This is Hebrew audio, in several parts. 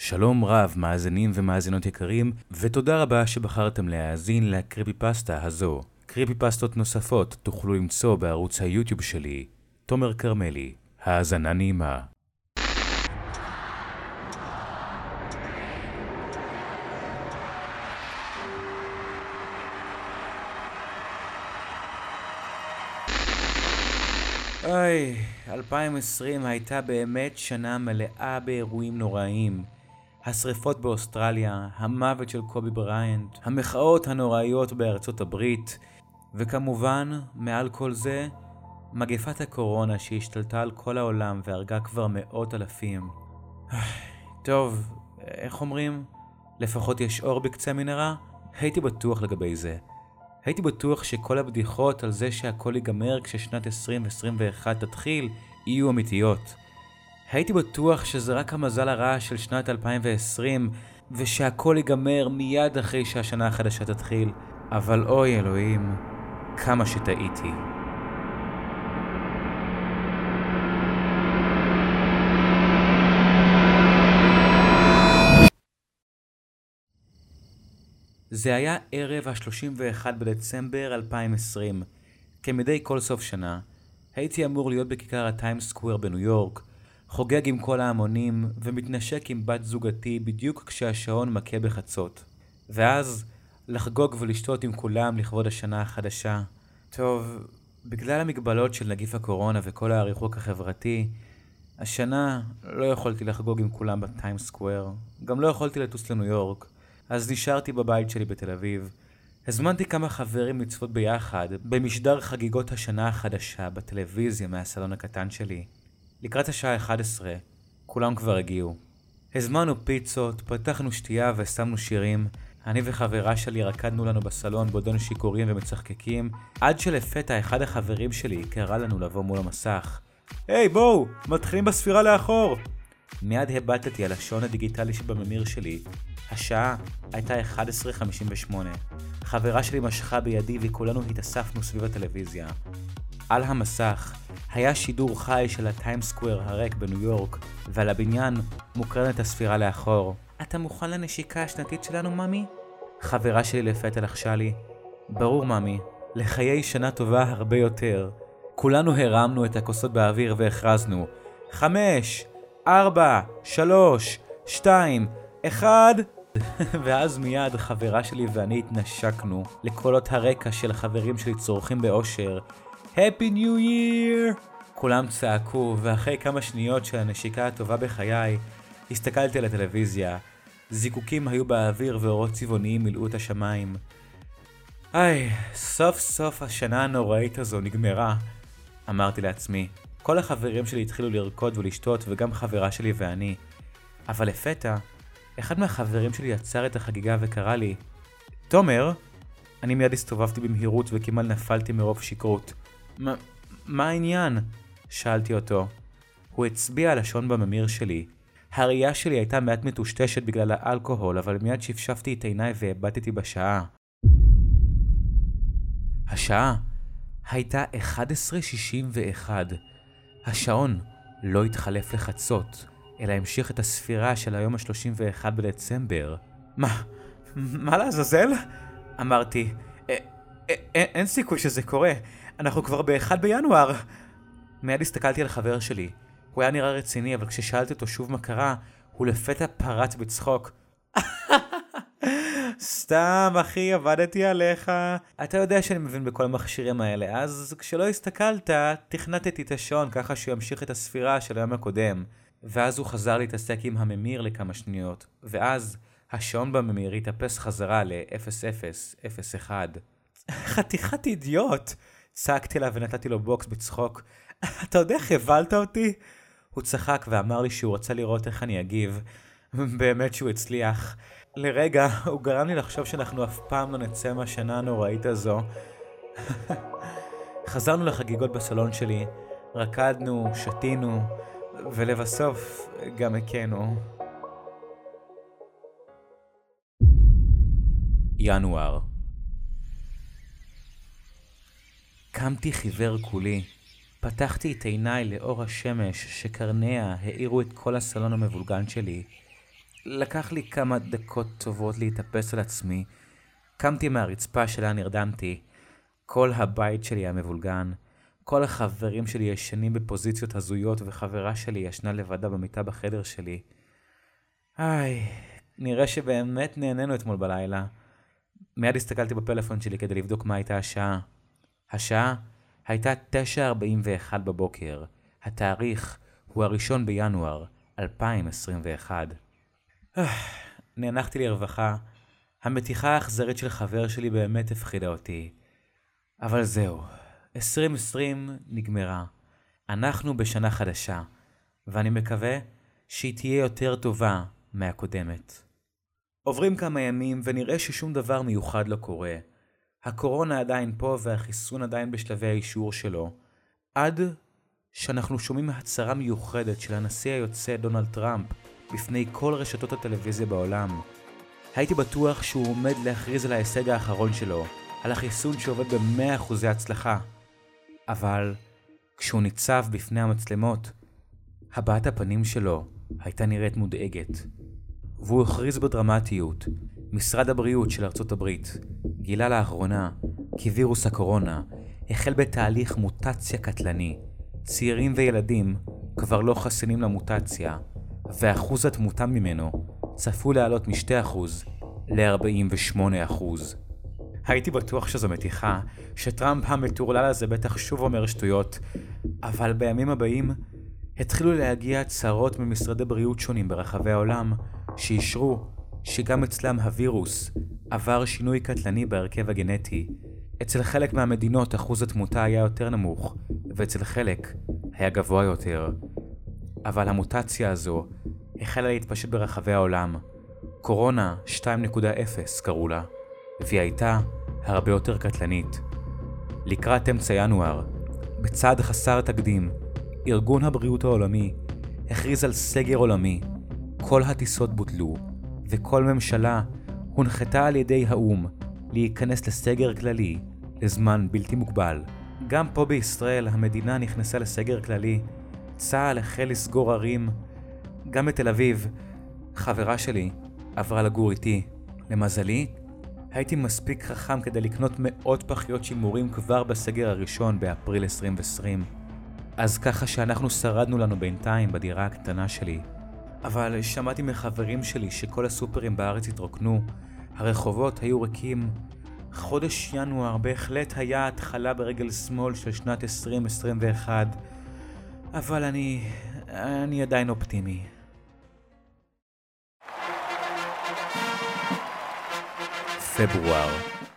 שלום רב מאזינים ומאזינות יקרים, ותודה רבה שבחרתם להאזין לקריפיפסטה הזו. קריפיפסטות נוספות תוכלו למצוא בערוץ היוטיוב שלי, תומר קרמלי. האזנה נעימה. אוי, 2020 הייתה באמת שנה מלאה באירועים נוראים. השריפות באוסטרליה, המוות של קובי בריינט, המחאות הנוראיות בארצות הברית, וכמובן, מעל כל זה, מגפת הקורונה שהשתלטה על כל העולם והרגה כבר מאות אלפים. טוב, איך אומרים? לפחות יש אור בקצה המנהרה? הייתי בטוח לגבי זה. הייתי בטוח שכל הבדיחות על זה שהכל ייגמר כששנת 2021 תתחיל יהיו אמיתיות. הייתי בטוח שזה רק המזל הרע של שנת 2020 ושהכל ייגמר מיד אחרי שהשנה החדשה תתחיל. אבל אוי אלוהים, כמה שטעיתי. זה היה ערב ה-31 בדצמבר 2020. כמדי כל סוף שנה, הייתי אמור להיות בכיכר הטיימס סקוואר בניו יורק, חוגג עם כל ההמונים ומתנשק עם בת זוגתי בדיוק כשהשעון מכה בחצות. ואז לחגוג ולשתות עם כולם לכבוד השנה החדשה. טוב, בגלל המגבלות של נגיף הקורונה וכל הריחוק החברתי, השנה לא יכולתי לחגוג עם כולם בטיימס סקוואר. גם לא יכולתי לטוס לניו יורק. אז נשארתי בבית שלי בתל אביב. הזמנתי כמה חברים לצפות ביחד במשדר חגיגות השנה החדשה בטלוויזיה מהסלון הקטן שלי. לקראת השעה 11, כולם כבר הגיעו. הזמנו פיצות, פתחנו שתייה ושמנו שירים. אני וחברה שלי רקדנו לנו בסלון בעודנו שיכורים ומצחקקים, עד שלפתע אחד החברים שלי קרא לנו לבוא מול המסך. היי בואו, מתחילים בספירה לאחור. מיד הבטתי על השעון הדיגיטלי שבממיר שלי. השעה הייתה 11:58. חברה שלי משכה בידי וכולנו התאספנו סביב הטלוויזיה. על המסך היה שידור חי של הטיימס סקוואר הריק בניו יורק, ועל הבניין מוקרנת הספירה לאחור. אתה מוכן לנשיקה השנתית שלנו, ממי? חברה שלי לפתע לחשה לי. ברור, ממי. לחיי שנה טובה הרבה יותר. כולנו הרמנו את הכוסות באוויר והכרזנו. 5, 4, 3, 2, 1... ואז מיד חברה שלי ואני התנשקנו לקולות הרקע של החברים שלי צורכים באושר. Happy New Year! כולם צעקו, ואחרי כמה שניות של הנשיקה הטובה בחיי, הסתכלתי על הטלוויזיה. זיקוקים היו באוויר ואורות צבעוניים מילאו את השמיים. סוף סוף השנה הנוראית הזו נגמרה, אמרתי לעצמי. כל החברים שלי התחילו לרקוד ולשתות וגם חברה שלי ואני. אבל לפתע, אחד מהחברים שלי עצר את החגיגה וקרא לי, תומר? אני מיד הסתובבתי במהירות וכמעט נפלתי מרוב שכרות. מה העניין? שאלתי אותו. הוא הצביע על השעון בממיר שלי. הראייה שלי הייתה מעט מטושטשת בגלל האלכוהול, אבל מיד שפשפתי את עיניי והבטתי בשעה. השעה הייתה 11:61. השעון לא התחלף לחצות, אלא המשיך את הספירה של היום ה-31 בדצמבר. מה לעזאזל? אמרתי, אין סיכוי שזה קורה, אנחנו כבר ב-1 בינואר. מיד הסתכלתי על חבר שלי. הוא היה נראה רציני, אבל כששאלתי אותו שוב מה קרה, הוא לפתע פרץ בצחוק. סתם אחי, עבדתי עליך. אתה יודע שאני מבין בכל המכשירים האלה, אז כשלא הסתכלת, תכנתתי את השעון ככה שהוא ימשיך את הספירה של היום הקודם. ואז הוא חזר להתעסק עם הממיר לכמה שניות, ואז השעון בממיר התאפס חזרה ל-0001. חתיכת אידיוט! צעקתי לה ונתתי לו בוקס בצחוק. אתה יודע איך הבלת אותי? הוא צחק ואמר לי שהוא רצה לראות איך אני אגיב. באמת שהוא הצליח. לרגע הוא גרם לי לחשוב שאנחנו אף פעם לא נצא מהשנה הנוראית הזו. חזרנו לחגיגות בסלון שלי, רקדנו, שתינו, ולבסוף גם הכינו. ינואר. קמתי חיוור כולי. פתחתי את עיניי לאור השמש שקרניה האירו את כל הסלון המבולגן שלי. לקח לי כמה דקות טובות להתאפס על עצמי. קמתי מהרצפה שלה נרדמתי. כל הבית שלי היה מבולגן. כל החברים שלי ישנים בפוזיציות הזויות, וחברה שלי ישנה לבדה במיטה בחדר שלי. נראה שבאמת נהנינו אתמול בלילה. מיד הסתכלתי בפלאפון שלי כדי לבדוק מה הייתה השעה. השעה הייתה 9:41 בבוקר. התאריך הוא 1 בינואר 2021. נאנחתי לרווחה. המתיחה האכזרית של חבר שלי באמת הפחידה אותי. אבל זהו, 2020 נגמרה. אנחנו בשנה חדשה, ואני מקווה שהיא תהיה יותר טובה מהקודמת. עוברים כמה ימים ונראה ששום דבר מיוחד לא קורה. הקורונה עדיין פה והחיסון עדיין בשלבי האישור שלו. עד שאנחנו שומעים הצהרה מיוחדת של הנשיא היוצא דונלד טראמפ בפני כל רשתות הטלוויזיה בעולם. הייתי בטוח שהוא עומד להכריז על ההישג האחרון שלו, על החיסון שעובד ב100% הצלחה. אבל כשהוא ניצב בפני המצלמות, הבעת הפנים שלו הייתה נראית מודאגת. והוא הכריז בדרמטיות, משרד הבריאות של ארצות הברית גילה לאחרונה כי וירוס הקורונה החל בתהליך מוטציה קטלני. צעירים וילדים כבר לא חסינים למוטציה, ואחוז התמותה ממנו צפוי לעלות מ2% ל-48%. הייתי בטוח שזו מתיחה, שטראמפ המטורלל הזה בטח שוב אומר שטויות, אבל בימים הבאים התחילו להגיע הצהרות ממשרדי בריאות שונים ברחבי העולם, שאישרו שגם אצלם הווירוס עבר שינוי קטלני בהרכב הגנטי. אצל חלק מהמדינות אחוז התמותה היה יותר נמוך, ואצל חלק היה גבוה יותר. אבל המוטציה הזו החלה להתפשט ברחבי העולם. קורונה 2.0 קראו לה, והיא הייתה הרבה יותר קטלנית. לקראת אמצע ינואר, בצעד חסר תקדים, ארגון הבריאות העולמי הכריז על סגר עולמי. כל הטיסות בוטלו, וכל ממשלה הונחתה על ידי האום להיכנס לסגר כללי לזמן בלתי מוגבל. גם פה בישראל המדינה נכנסה לסגר כללי. צה"ל החל לסגור ערים. גם בתל אביב, חברה שלי עברה לגור איתי. למזלי, הייתי מספיק חכם כדי לקנות מאות פחיות שימורים כבר בסגר הראשון באפריל 2020. אז ככה שאנחנו שרדנו לנו בינתיים בדירה הקטנה שלי. אבל שמעתי מחברים שלי שכל הסופרים בארץ התרוקנו, הרחובות היו ריקים. חודש ינואר בהחלט היה התחלה ברגל שמאל של שנת 2021, אבל אני עדיין אופטימי. פברואר.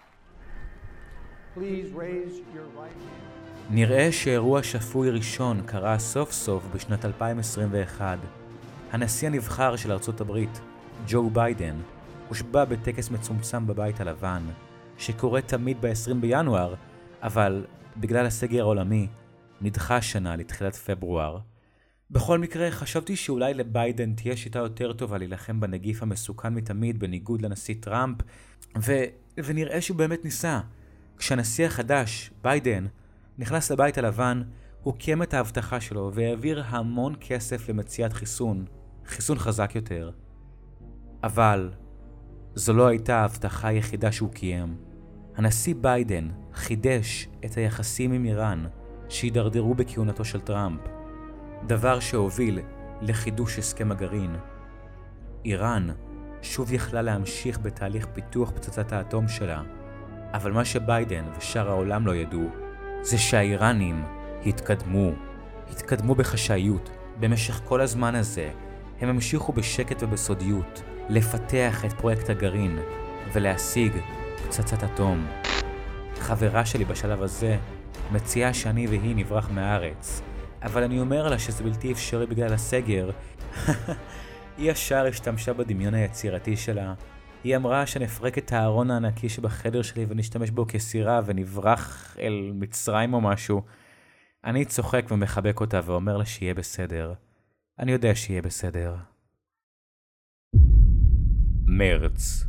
נראה שאירוע שפוי ראשון קרה סוף סוף בשנת 2021. הנשיא הנבחר של ארצות הברית, ג'ו ביידן, הושבע בטקס מצומצם בבית הלבן, שקורה תמיד ב-20 בינואר, אבל בגלל הסגר העולמי נדחה שנה לתחילת פברואר. בכל מקרה, חשבתי שאולי לביידן תהיה שיטה יותר טובה להילחם בנגיף המסוכן מתמיד בניגוד לנשיא טראמפ, ונראה שהוא באמת ניסה. כשהנשיא החדש, ביידן, נכנס לבית הלבן, הוא קיים את ההבטחה שלו והעביר המון כסף למציאת חיסון חזק יותר. אבל זו לא הייתה ההבטחה היחידה שהוא קיים. הנשיא ביידן חידש את היחסים עם איראן שהידרדרו בכהונתו של טראמפ, דבר שהוביל לחידוש הסכם הגרעין. איראן שוב יכלה להמשיך בתהליך פיתוח פצצת האטום שלה, אבל מה שביידן ושאר העולם לא ידעו זה שהאיראנים התקדמו בחשאיות. במשך כל הזמן הזה הם המשיכו בשקט ובסודיות לפתח את פרויקט הגרעין ולהשיג פצצת אטום. חברה שלי בשלב הזה מציעה שאני והיא נברח מהארץ, אבל אני אומר לה שזה בלתי אפשרי בגלל הסגר. היא ישר השתמשה בדמיון היצירתי שלה. היא אמרה שנפרק את הארון הענקי שבחדר שלי ונשתמש בו כסירה ונברח אל מצרים או משהו. אני צוחק ומחבק אותה ואומר לה שיהיה בסדר. אני יודע שיהיה בסדר. מרץ.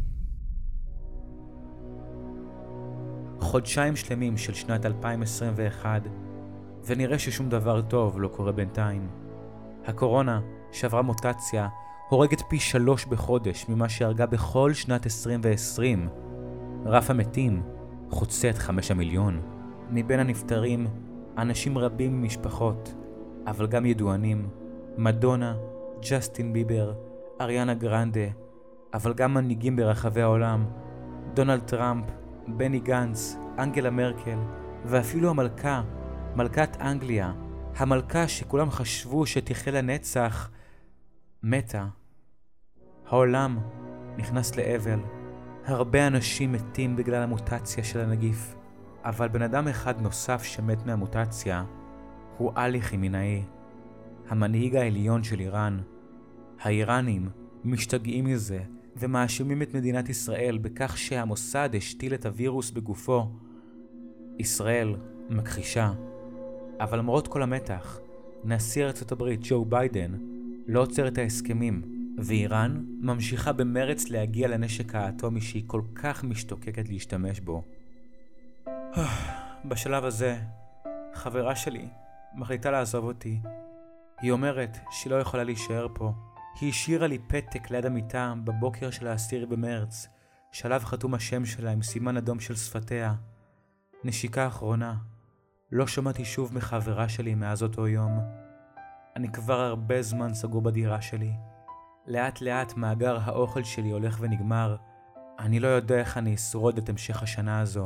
חודשיים שלמים של שנת 2021, ונראה ששום דבר טוב לא קורה בינתיים. הקורונה שעברה מוטציה הורגת פי 3 בחודש ממה שהרגה בכל שנת 2020. רף המתים חוצה את 5 המיליון. מבין הנפטרים, אנשים רבים ממשפחות, אבל גם ידוענים, מדונה, ג'סטין ביבר, אריאנה גרנדה, אבל גם מנהיגים ברחבי העולם, דונלד טראמפ, בני גנץ, אנגלה מרקל, ואפילו המלכה, מלכת אנגליה, המלכה שכולם חשבו שתחיה לנצח, מתה. העולם נכנס לאבל. הרבה אנשים מתים בגלל המוטציה של הנגיף, אבל בן אדם אחד נוסף שמת מהמוטציה הוא עלי חימינאי, המנהיג העליון של איראן. האיראנים משתגעים מזה ומאשימים את מדינת ישראל בכך שהמוסד השתיל את הווירוס בגופו. ישראל מכחישה, אבל למרות כל המתח, נשיא ארצות הברית ג'ו ביידן לא עוצר את ההסכמים, ואיראן ממשיכה במרץ להגיע לנשק האטומי שהיא כל כך משתוקקת להשתמש בו. בשלב הזה, חברה שלי מחליטה לעזוב אותי. היא אומרת שהיא לא יכולה להישאר פה. היא השאירה לי פתק ליד המיטה בבוקר של 10 במרץ, שעליו חתום השם שלה עם סימן אדום של שפתיה. נשיקה אחרונה. לא שמעתי שוב מחברה שלי מאז אותו יום. אני כבר הרבה זמן סגור בדירה שלי. לאט לאט מאגר האוכל שלי הולך ונגמר. אני לא יודע איך אני אשרוד את המשך השנה הזו.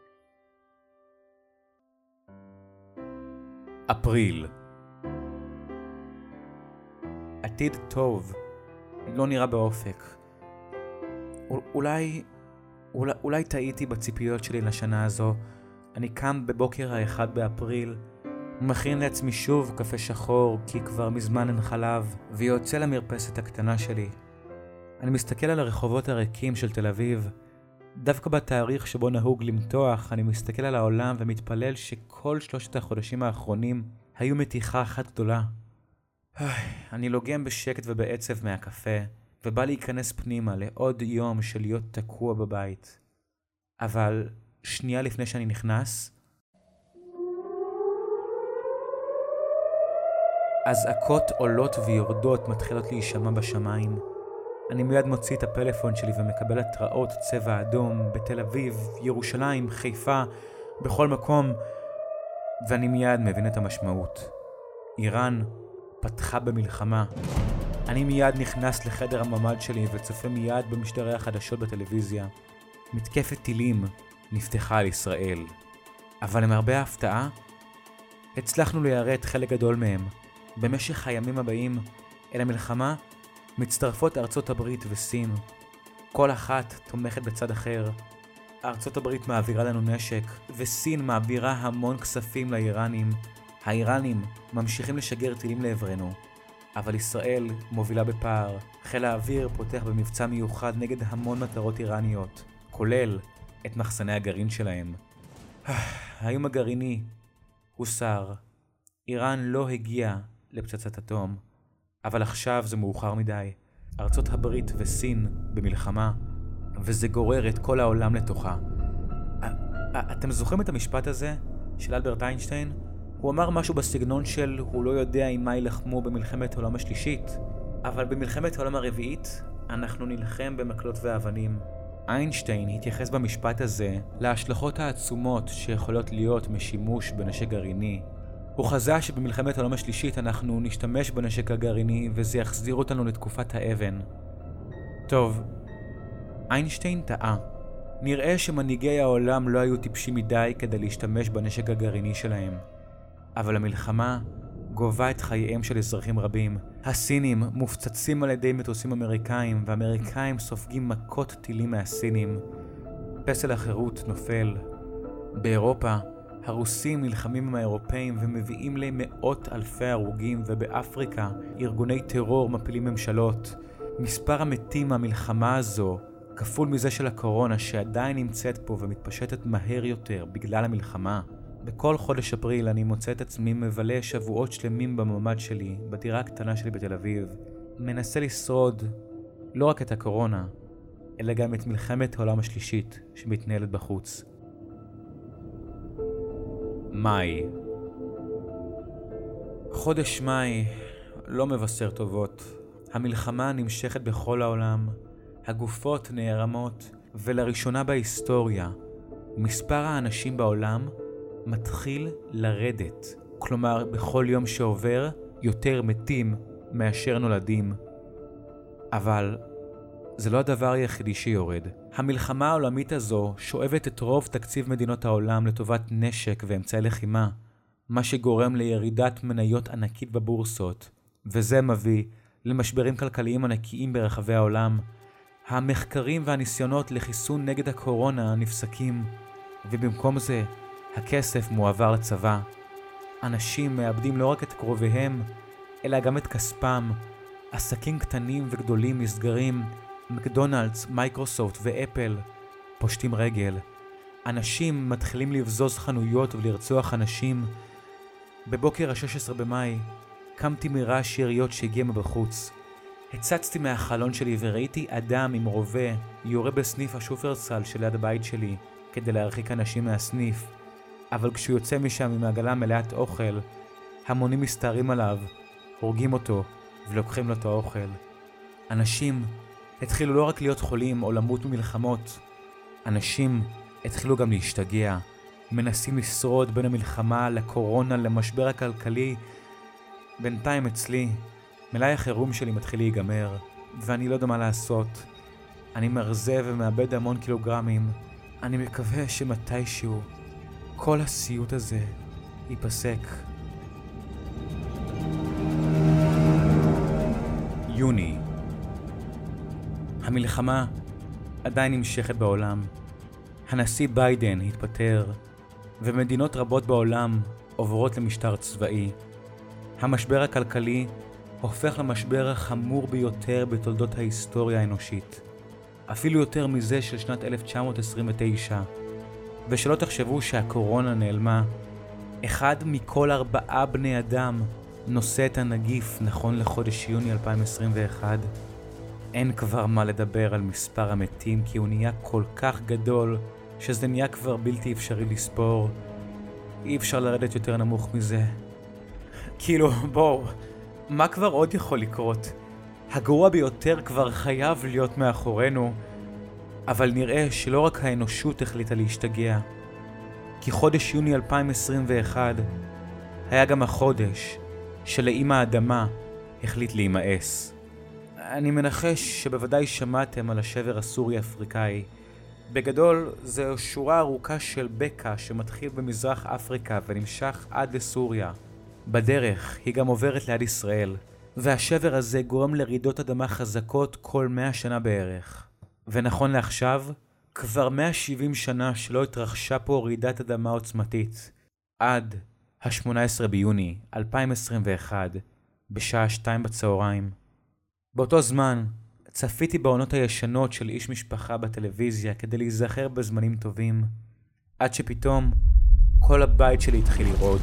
אפריל. עתיד טוב לא נראה באופק. אולי טעיתי בציפיות שלי לשנה הזו. אני קם בבוקר ה-1 באפריל, מכין לעצמי שוב קפה שחור כי כבר מזמן אין חלב, ויוצא למרפסת הקטנה שלי. אני מסתכל על הרחובות הריקים של תל אביב. דווקא בתאריך שבו נהוג למתוח, אני מסתכל על העולם ומתפלל שכל 3 החודשים האחרונים היו מתיחה אחת גדולה. אני לוגם בשקט ובעצב מהקפה, ובא להיכנס פנימה לעוד יום של להיות תקוע בבית. אבל שנייה לפני שאני נכנס, אזעקות עולות ויורדות מתחילות להישמע בשמיים. אני מיד מוציא את הפלאפון שלי ומקבל התראות צבע אדום בתל אביב, ירושלים, חיפה, בכל מקום, ואני מיד מבין את המשמעות. איראן פתחה במלחמה. אני מיד נכנס לחדר הממ"ד שלי וצופה מיד במשדרי החדשות בטלוויזיה. מתקפת טילים נפתחה על ישראל. אבל למרבה ההפתעה, הצלחנו ליירט חלק גדול מהם. במשך הימים הבאים אל המלחמה מצטרפות ארצות הברית וסין. כל אחת תומכת בצד אחר. ארצות הברית מעבירה לנו נשק, וסין מעבירה המון כספים לאיראנים. האיראנים ממשיכים לשגר טילים לעברנו, אבל ישראל מובילה בפער. חיל האוויר פותח במבצע מיוחד נגד המון מטרות איראניות, כולל את מחסני הגרעין שלהם. האיום הגרעיני הוסר. איראן לא הגיעה לפצצת אטום, אבל עכשיו זה מאוחר מדי. ארצות הברית וסין במלחמה, וזה גורר את כל העולם לתוכה. אתם זוכרים את המשפט הזה של אלברט איינשטיין? הוא אמר משהו בסגנון של הוא לא יודע עם מה ילחמו במלחמת העולם השלישית, אבל במלחמת העולם הרביעית אנחנו נלחם במקלות ואבנים. איינשטיין התייחס במשפט הזה להשלכות העצומות שיכולות להיות משימוש בנשק גרעיני. הוא חזה שבמלחמת העולם השלישית אנחנו נשתמש בנשק הגרעיני וזה יחזיר אותנו לתקופת האבן. טוב, איינשטיין טעה. נראה שמנהיגי העולם לא היו טיפשים מדי כדי להשתמש בנשק הגרעיני שלהם. אבל המלחמה גובה את חייהם של אזרחים רבים. הסינים מופצצים על ידי מטוסים אמריקאים, והאמריקאים סופגים מכות טילים מהסינים. פסל החירות נופל. באירופה, הרוסים נלחמים עם האירופאים ומביאים להם מאות אלפי הרוגים, ובאפריקה ארגוני טרור מפילים ממשלות. מספר המתים מהמלחמה הזו כפול מזה של הקורונה שעדיין נמצאת פה ומתפשטת מהר יותר בגלל המלחמה. בכל חודש אפריל אני מוצא את עצמי מבלה שבועות שלמים בממ"ד שלי, בדירה הקטנה שלי בתל אביב, מנסה לשרוד לא רק את הקורונה, אלא גם את מלחמת העולם השלישית שמתנהלת בחוץ. מאי. חודש מאי לא מבשר טובות. המלחמה נמשכת בכל העולם, הגופות נערמות, ולראשונה בהיסטוריה, מספר האנשים בעולם מתחיל לרדת. כלומר, בכל יום שעובר, יותר מתים מאשר נולדים. אבל זה לא הדבר היחידי שיורד. המלחמה העולמית הזו שואבת את רוב תקציב מדינות העולם לטובת נשק ואמצעי לחימה, מה שגורם לירידת מניות ענקית בבורסות, וזה מביא למשברים כלכליים ענקיים ברחבי העולם. המחקרים והניסיונות לחיסון נגד הקורונה נפסקים, ובמקום זה הכסף מועבר לצבא. אנשים מאבדים לא רק את קרוביהם, אלא גם את כספם. עסקים קטנים וגדולים נסגרים, מקדונלדס, מייקרוסופט ואפל פושטים רגל. אנשים מתחילים לבזוז חנויות ולרצוח אנשים. בבוקר ה-16 במאי קמתי מרעש יריות שהגיע מבחוץ. הצצתי מהחלון שלי וראיתי אדם עם רובה יורה בסניף השופרסל שליד הבית שלי כדי להרחיק אנשים מהסניף, אבל כשהוא יוצא משם עם העגלה מלאת אוכל, המונים מסתערים עליו, הורגים אותו ולוקחים לו את האוכל. אנשים התחילו לא רק להיות חולים או למות ממלחמות, אנשים התחילו גם להשתגע, מנסים לשרוד בין המלחמה לקורונה למשבר הכלכלי. בינתיים אצלי מלאי החירום שלי מתחיל להיגמר, ואני לא יודע מה לעשות. אני מרזה ומאבד המון קילוגרמים. אני מקווה שמתישהו כל הסיוט הזה ייפסק. יוני. המלחמה עדיין נמשכת בעולם. הנשיא ביידן התפטר, ומדינות רבות בעולם עוברות למשטר צבאי. המשבר הכלכלי הופך למשבר החמור ביותר בתולדות ההיסטוריה האנושית. אפילו יותר מזה של שנת 1929. ושלא תחשבו שהקורונה נעלמה. 1 מכל 4 בני אדם נושא את הנגיף נכון לחודש יוני 2021. אין כבר מה לדבר על מספר המתים, כי הוא נהיה כל כך גדול שזה נהיה כבר בלתי אפשרי לספור. אי אפשר לרדת יותר נמוך מזה. כאילו, בואו, מה כבר עוד יכול לקרות? הגרוע ביותר כבר חייב להיות מאחורינו, אבל נראה שלא רק האנושות החליטה להשתגע. כי חודש יוני 2021 היה גם החודש שלאמא האדמה החליט להימאס. אני מנחש שבוודאי שמעתם על השבר הסורי-אפריקאי. בגדול, זו שורה ארוכה של בקע שמתחיל במזרח אפריקה ונמשך עד לסוריה. בדרך היא גם עוברת ליד ישראל, והשבר הזה גורם לרעידות אדמה חזקות כל 100 שנה בערך. ונכון לעכשיו, כבר 170 שנה שלא התרחשה פה רעידת אדמה עוצמתית. עד ה-18 ביוני 2021, בשעה 2 בצהריים. באותו זמן, צפיתי בעונות הישנות של איש משפחה בטלוויזיה כדי להיזכר בזמנים טובים, עד שפתאום כל הבית שלי התחיל לרעוד.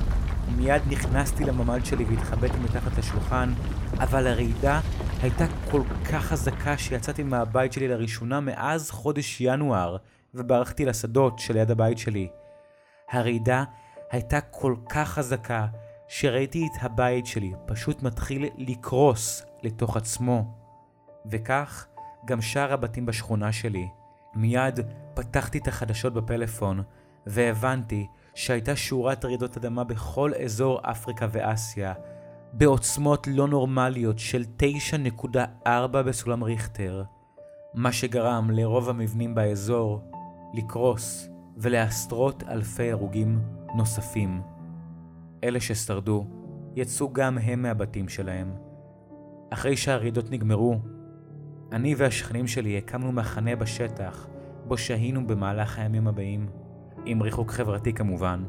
מיד נכנסתי לממ"ד שלי והתחבאתי מתחת לשולחן, אבל הרעידה הייתה כל כך חזקה שיצאתי מהבית שלי לראשונה מאז חודש ינואר וברחתי לשדות שליד הבית שלי. הרעידה הייתה כל כך חזקה שראיתי את הבית שלי פשוט מתחיל לקרוס לתוך עצמו. וכך גם שאר הבתים בשכונה שלי. מיד פתחתי את החדשות בפלאפון והבנתי שהייתה שורת רעידות אדמה בכל אזור אפריקה ואסיה, בעוצמות לא נורמליות של 9.4 בסולם ריכטר, מה שגרם לרוב המבנים באזור לקרוס ולעשרות אלפי הרוגים נוספים. אלה ששרדו יצאו גם הם מהבתים שלהם. אחרי שהרעידות נגמרו, אני והשכנים שלי הקמנו מחנה בשטח בו שהינו במהלך הימים הבאים, עם ריחוק חברתי כמובן.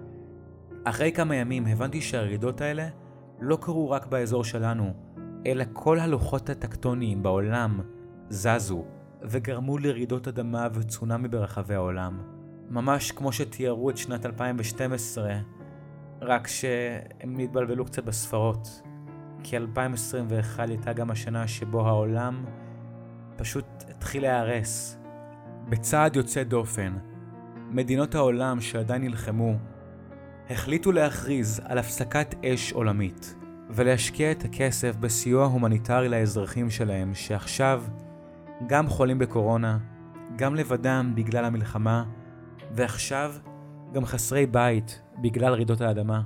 אחרי כמה ימים הבנתי שהרעידות האלה לא קרו רק באזור שלנו, אלא כל הלוחות הטקטוניים בעולם זזו וגרמו לרעידות אדמה וצונאמי ברחבי העולם. ממש כמו שתיארו את שנת 2012, רק שהם התבלבלו קצת בספרות. כי 2021 הייתה גם השנה שבו העולם פשוט התחיל להיהרס. בצעד יוצא דופן, מדינות העולם שעדיין נלחמו החליטו להכריז על הפסקת אש עולמית. ולהשקיע את הכסף בסיוע הומניטרי לאזרחים שלהם שעכשיו גם חולים בקורונה, גם לבדם בגלל המלחמה, ועכשיו גם חסרי בית בגלל רעידות האדמה.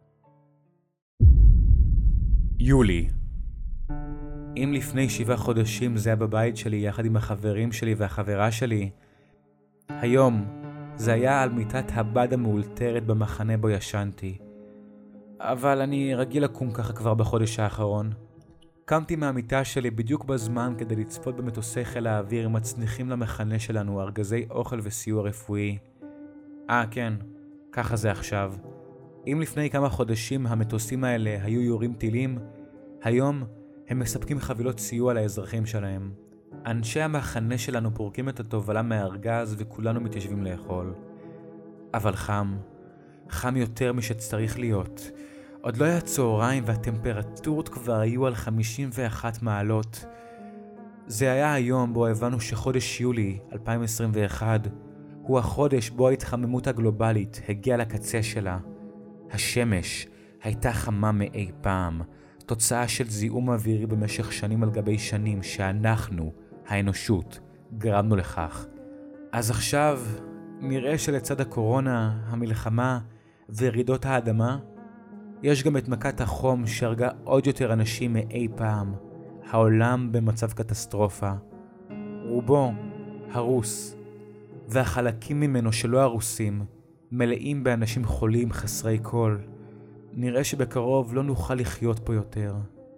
יולי. אם לפני 7 חודשים זה היה בבית שלי יחד עם החברים שלי והחברה שלי, היום זה היה על מיטת הבד המאולתרת במחנה בו ישנתי. אבל אני רגיל לקום ככה כבר בחודש האחרון. קמתי מהמיטה שלי בדיוק בזמן כדי לצפות במטוסי חיל האוויר מצניחים למחנה שלנו ארגזי אוכל וסיוע רפואי. כן, ככה זה עכשיו. אם לפני כמה חודשים המטוסים האלה היו יורים טילים, היום הם מספקים חבילות סיוע לאזרחים שלהם. אנשי המחנה שלנו פורקים את התובלה מהארגז וכולנו מתיישבים לאכול. אבל חם יותר משצריך להיות. עוד לא היה צהריים והטמפרטורות כבר היו על 51 מעלות. זה היה היום בו הבנו שחודש יולי 2021 הוא החודש בו ההתחממות הגלובלית הגיעה לקצה שלה. השמש הייתה חמה מאי פעם, תוצאה של זיהום אווירי במשך שנים על גבי שנים שאנחנו, האנושות, גרמנו לכך. אז עכשיו נראה שלצד הקורונה, המלחמה ורעידות האדמה, יש גם את מכת החום שהרגה עוד יותר אנשים מאי פעם. העולם במצב קטסטרופה. רובו הרוס, והחלקים ממנו שלא הרוסים מלאים באנשים חולים חסרי כל. נראה שבקרוב לא נוכל לחיות פה יותר.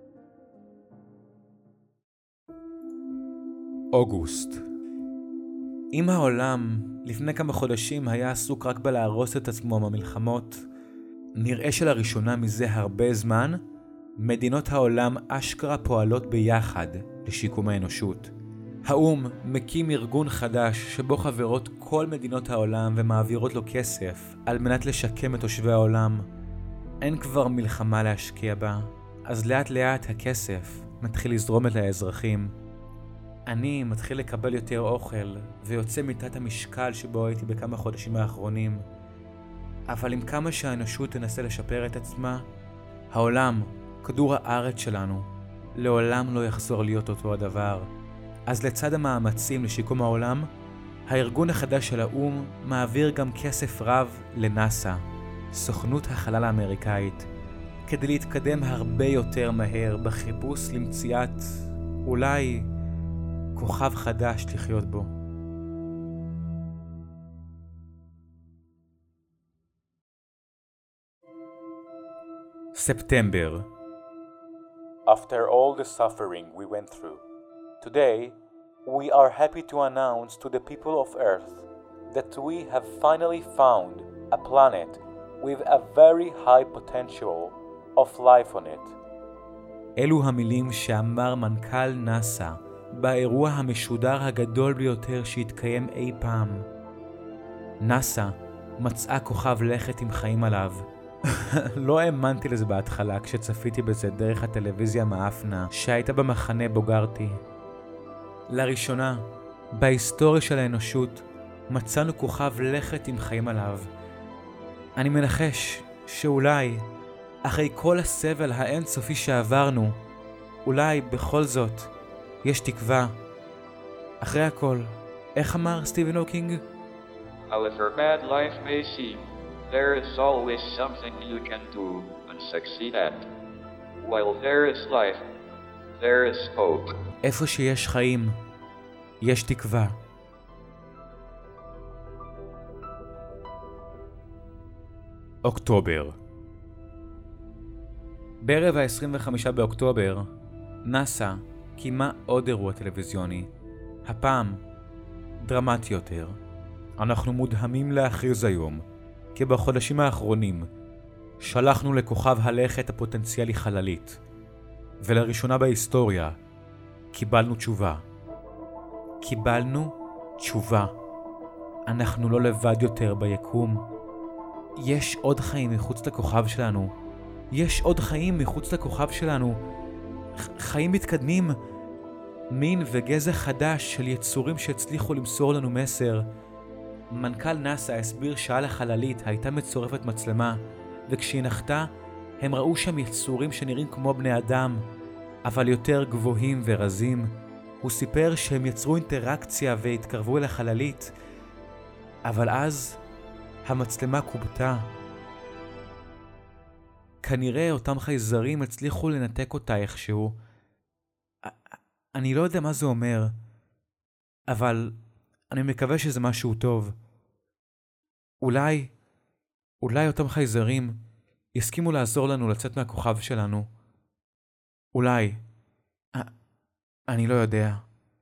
אוגוסט. אם העולם לפני כמה חודשים היה עסוק רק בלהרוס את עצמו מהמלחמות, נראה שלראשונה מזה הרבה זמן, מדינות העולם אשכרה פועלות ביחד לשיקום האנושות. האום מקים ארגון חדש שבו חברות כל מדינות העולם ומעבירות לו כסף על מנת לשקם את תושבי העולם. אין כבר מלחמה להשקיע בה, אז לאט לאט הכסף מתחיל לזרום את האזרחים. אני מתחיל לקבל יותר אוכל ויוצא מתת המשקל שבו הייתי בכמה חודשים האחרונים. אבל עם כמה שהאנושות תנסה לשפר את עצמה, העולם, כדור הארץ שלנו, לעולם לא יחזור להיות אותו הדבר. אז לצד המאמצים לשיקום העולם, הארגון החדש של האום מעביר גם כסף רב לנאסא, סוכנות החלל האמריקאית, כדי להתקדם הרבה יותר מהר בחיפוש למציאת אולי כוכב חדש לחיות בו. ספטמבר. After all the suffering we went through, today we are happy to announce to the people of Earth that we have finally found a planet with a very high potential of life on it. אלו המילים שאמר מנכ"ל נאסא באירוע המשודר הגדול ביותר שהתקיים אי פעם. נאסא מצאה כוכב לכת עם חיים עליו. לא האמנתי לזה בהתחלה כשצפיתי בזה דרך הטלוויזיה מאפנה שהייתה במחנה בו גרתי. לראשונה, בהיסטוריה של האנושות, מצאנו כוכב לכת עם חיים עליו. אני מנחש שאולי, אחרי כל הסבל האינסופי שעברנו, אולי בכל זאת, יש תקווה. אחרי הכל, איך אמר סטיבן הוקינג? However bad life may seem, there is always something you can do and succeed at. While there is life, there is hope. איפה שיש חיים, יש תקווה. אוקטובר. בערב ה-25 באוקטובר, נאסא קיימה עוד אירוע טלוויזיוני. הפעם דרמטי יותר. אנחנו מודהמים להכריז היום, כי בחודשים האחרונים שלחנו לכוכב הלכת הפוטנציאלי חללית, ולראשונה בהיסטוריה קיבלנו תשובה. קיבלנו תשובה. אנחנו לא לבד יותר ביקום. יש עוד חיים מחוץ לכוכב שלנו. יש עוד חיים מחוץ לכוכב שלנו. חיים מתקדמים. מין וגזע חדש של יצורים שהצליחו למסור לנו מסר. מנכ"ל נאסא הסביר שעל החללית הייתה מצורפת מצלמה, וכשהיא נחתה, הם ראו שם יצורים שנראים כמו בני אדם, אבל יותר גבוהים ורזים. הוא סיפר שהם יצרו אינטראקציה והתקרבו אל החללית, אבל אז המצלמה קובטה. כנראה אותם חייזרים הצליחו לנתק אותה איכשהו. אני לא יודע מה זה אומר, אבל אני מקווה שזה משהו טוב. אולי אותם חייזרים יסכימו לעזור לנו לצאת מהכוכב שלנו. אולי. אני לא יודע.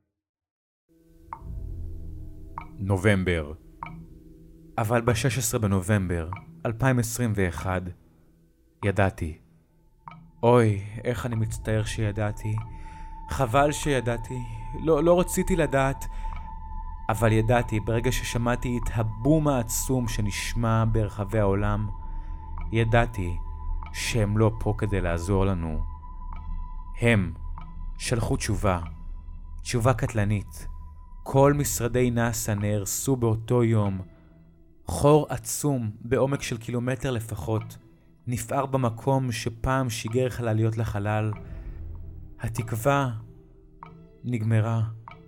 נובמבר. אבל ב-16 בנובמבר 2021 ידעתי. אוי, איך אני מצטער שידעתי. חבל שידעתי. לא רציתי לדעת. אבל ידעתי ברגע ששמעתי את הבום העצום שנשמע ברחבי העולם. ידעתי שהם לא פה כדי לעזור לנו. הם שלחו תשובה קטלנית. כל משרדי נאס"א נהרסו באותו יום. חור עצום בעומק של קילומטר לפחות נפער במקום שפעם שיגר חלליות לחלל. התקווה נגמרה.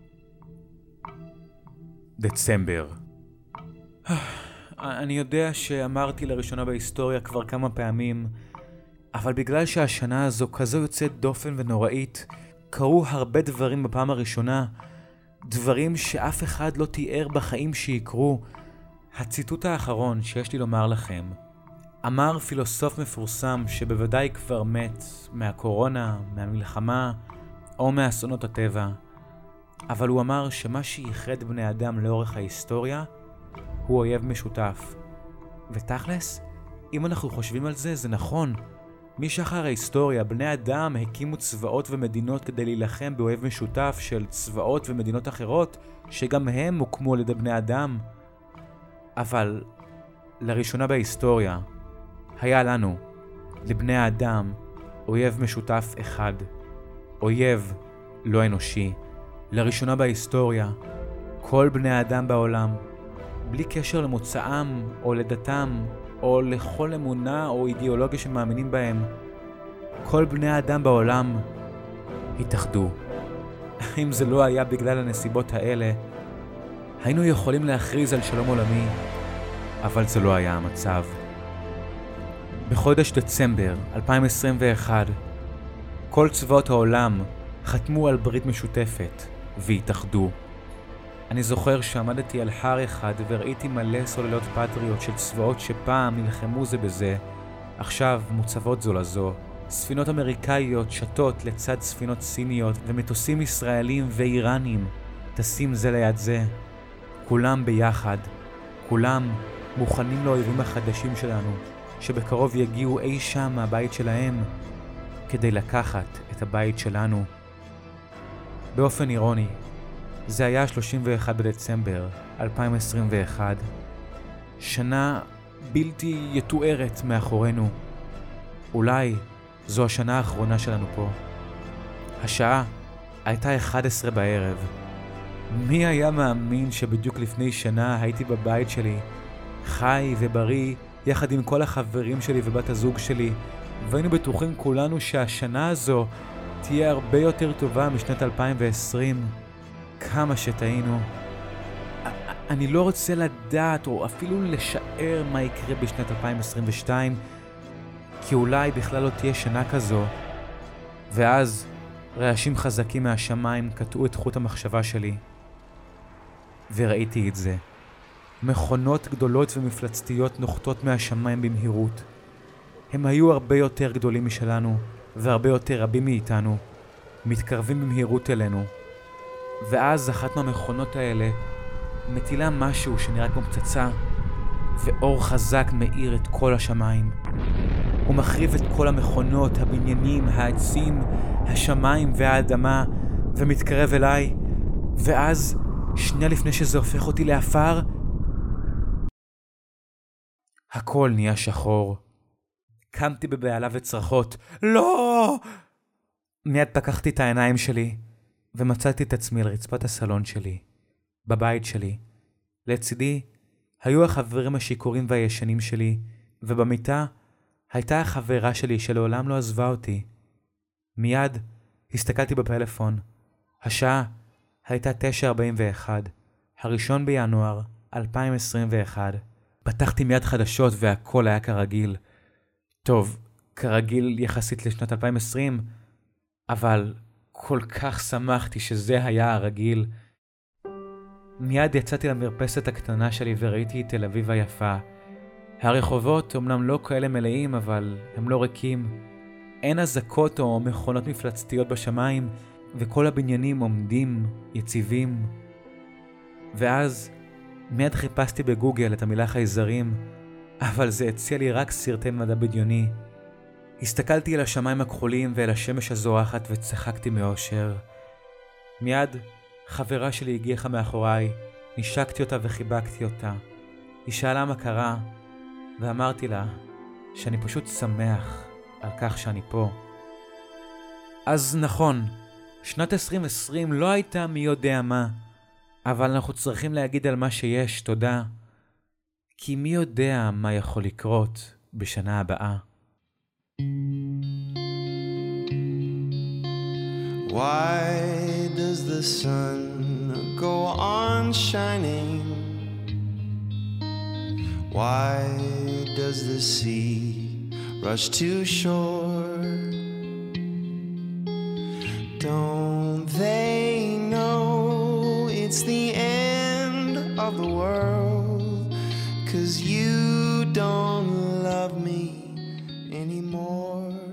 דצמבר. אני יודע שאמרתי לראשונה בהיסטוריה כבר כמה פעמים, אבל בגלל שהשנה הזו כזו יוצאת דופן ונוראית, קרו הרבה דברים בפעם הראשונה, דברים שאף אחד לא תיאר בחיים שיקרו. הציטוט האחרון שיש לי לומר לכם, אמר פילוסוף מפורסם שבוודאי כבר מת מהקורונה, מהמלחמה או מאסונות הטבע, אבל הוא אמר שמה שייחד בני אדם לאורך ההיסטוריה הוא אויב משותף. ותכלס, אם אנחנו חושבים על זה, זה נכון. משחר ההיסטוריה, בני אדם הקימו צבאות ומדינות כדי להילחם באויב משותף של צבאות ומדינות אחרות, שגם הם הוקמו על ידי בני אדם. אבל לראשונה בהיסטוריה, היה לנו, לבני האדם, אויב משותף אחד. אויב לא אנושי. לראשונה בהיסטוריה, כל בני האדם בעולם, בלי קשר למוצאם או לדתם או לכל אמונה או אידיאולוגיה שמאמינים בהם, כל בני האדם בעולם התאחדו. אם זה לא היה בגלל הנסיבות האלה, היינו יכולים להכריז על שלום עולמי, אבל זה לא היה המצב. בחודש דצמבר 2021, כל צבאות העולם חתמו על ברית משותפת והתאחדו. אני זוכר שעמדתי על הר אחד וראיתי מלא סוללות פטריות של צבאות שפעם נלחמו זה בזה, עכשיו מוצבות זו לזו. ספינות אמריקאיות שטות לצד ספינות סיניות ומטוסים ישראלים ואיראנים טסים זה ליד זה. כולם ביחד, כולם מוכנים לאויבים החדשים שלנו שבקרוב יגיעו אי שם מהבית שלהם כדי לקחת את הבית שלנו. באופן אירוני, זה היה 31 בדצמבר 2021, שנה בלתי יתוארת מאחורינו. אולי זו השנה האחרונה שלנו פה. השעה הייתה 11 בערב. מי היה מאמין שבדיוק לפני שנה הייתי בבית שלי, חי ובריא, יחד עם כל החברים שלי ובת הזוג שלי, והיינו בטוחים כולנו שהשנה הזו תהיה הרבה יותר טובה משנת 2020. כמה שטעינו. אני לא רוצה לדעת או אפילו לשער מה יקרה בשנת 2022, כי אולי בכלל לא תהיה שנה כזו. ואז רעשים חזקים מהשמיים קטעו את חוט המחשבה שלי. וראיתי את זה. מכונות גדולות ומפלצתיות נוחתות מהשמיים במהירות. הם היו הרבה יותר גדולים משלנו והרבה יותר רבים מאיתנו, מתקרבים במהירות אלינו. ואז אחת מהמכונות האלה מטילה משהו שנראה כמו פצצה, ואור חזק מאיר את כל השמיים. הוא מחריב את כל המכונות, הבניינים, העצים, השמיים והאדמה, ומתקרב אליי. ואז, שנייה לפני שזה הופך אותי לאפר, הכל נהיה שחור. קמתי בבהלה וצרחות, לא! מיד פקחתי את העיניים שלי, ומצאתי את עצמי על רצפת הסלון שלי, בבית שלי. לצידי היו החברים השיכורים והישנים שלי, ובמיטה הייתה החברה שלי שלעולם לא עזבה אותי. מיד הסתכלתי בפלאפון. השעה הייתה 9:41, 1 בינואר 2021. פתחתי מיד חדשות והכל היה כרגיל. טוב, כרגיל יחסית לשנת 2020, אבל כל כך שמחתי שזה היה הרגיל. מיד יצאתי למרפסת הקטנה שלי וראיתי את תל אביב היפה. הרחובות אומנם לא כאלה מלאים, אבל הם לא ריקים. אין אזעקות או מכונות מפלצתיות בשמיים, וכל הבניינים עומדים, יציבים. ואז מיד חיפשתי בגוגל את המילה חייזרים, אבל זה הציע לי רק סרטי מדע בדיוני. הסתכלתי אל השמיים הכחולים ואל השמש הזורחת וצחקתי מאושר. מיד חברה שלי הגיחה מאחוריי, נשקתי אותה וחיבקתי אותה. היא שאלה מה קרה, ואמרתי לה שאני פשוט שמח על כך שאני פה. אז נכון, שנת 2020 לא הייתה מי יודע מה, אבל אנחנו צריכים להגיד על מה שיש תודה, כי מי יודע מה יכול לקרות בשנה הבאה. Why does the sun go on shining? Why does the sea rush to shore? Don't they know it's the end of the world? 'Cause you don't love me anymore.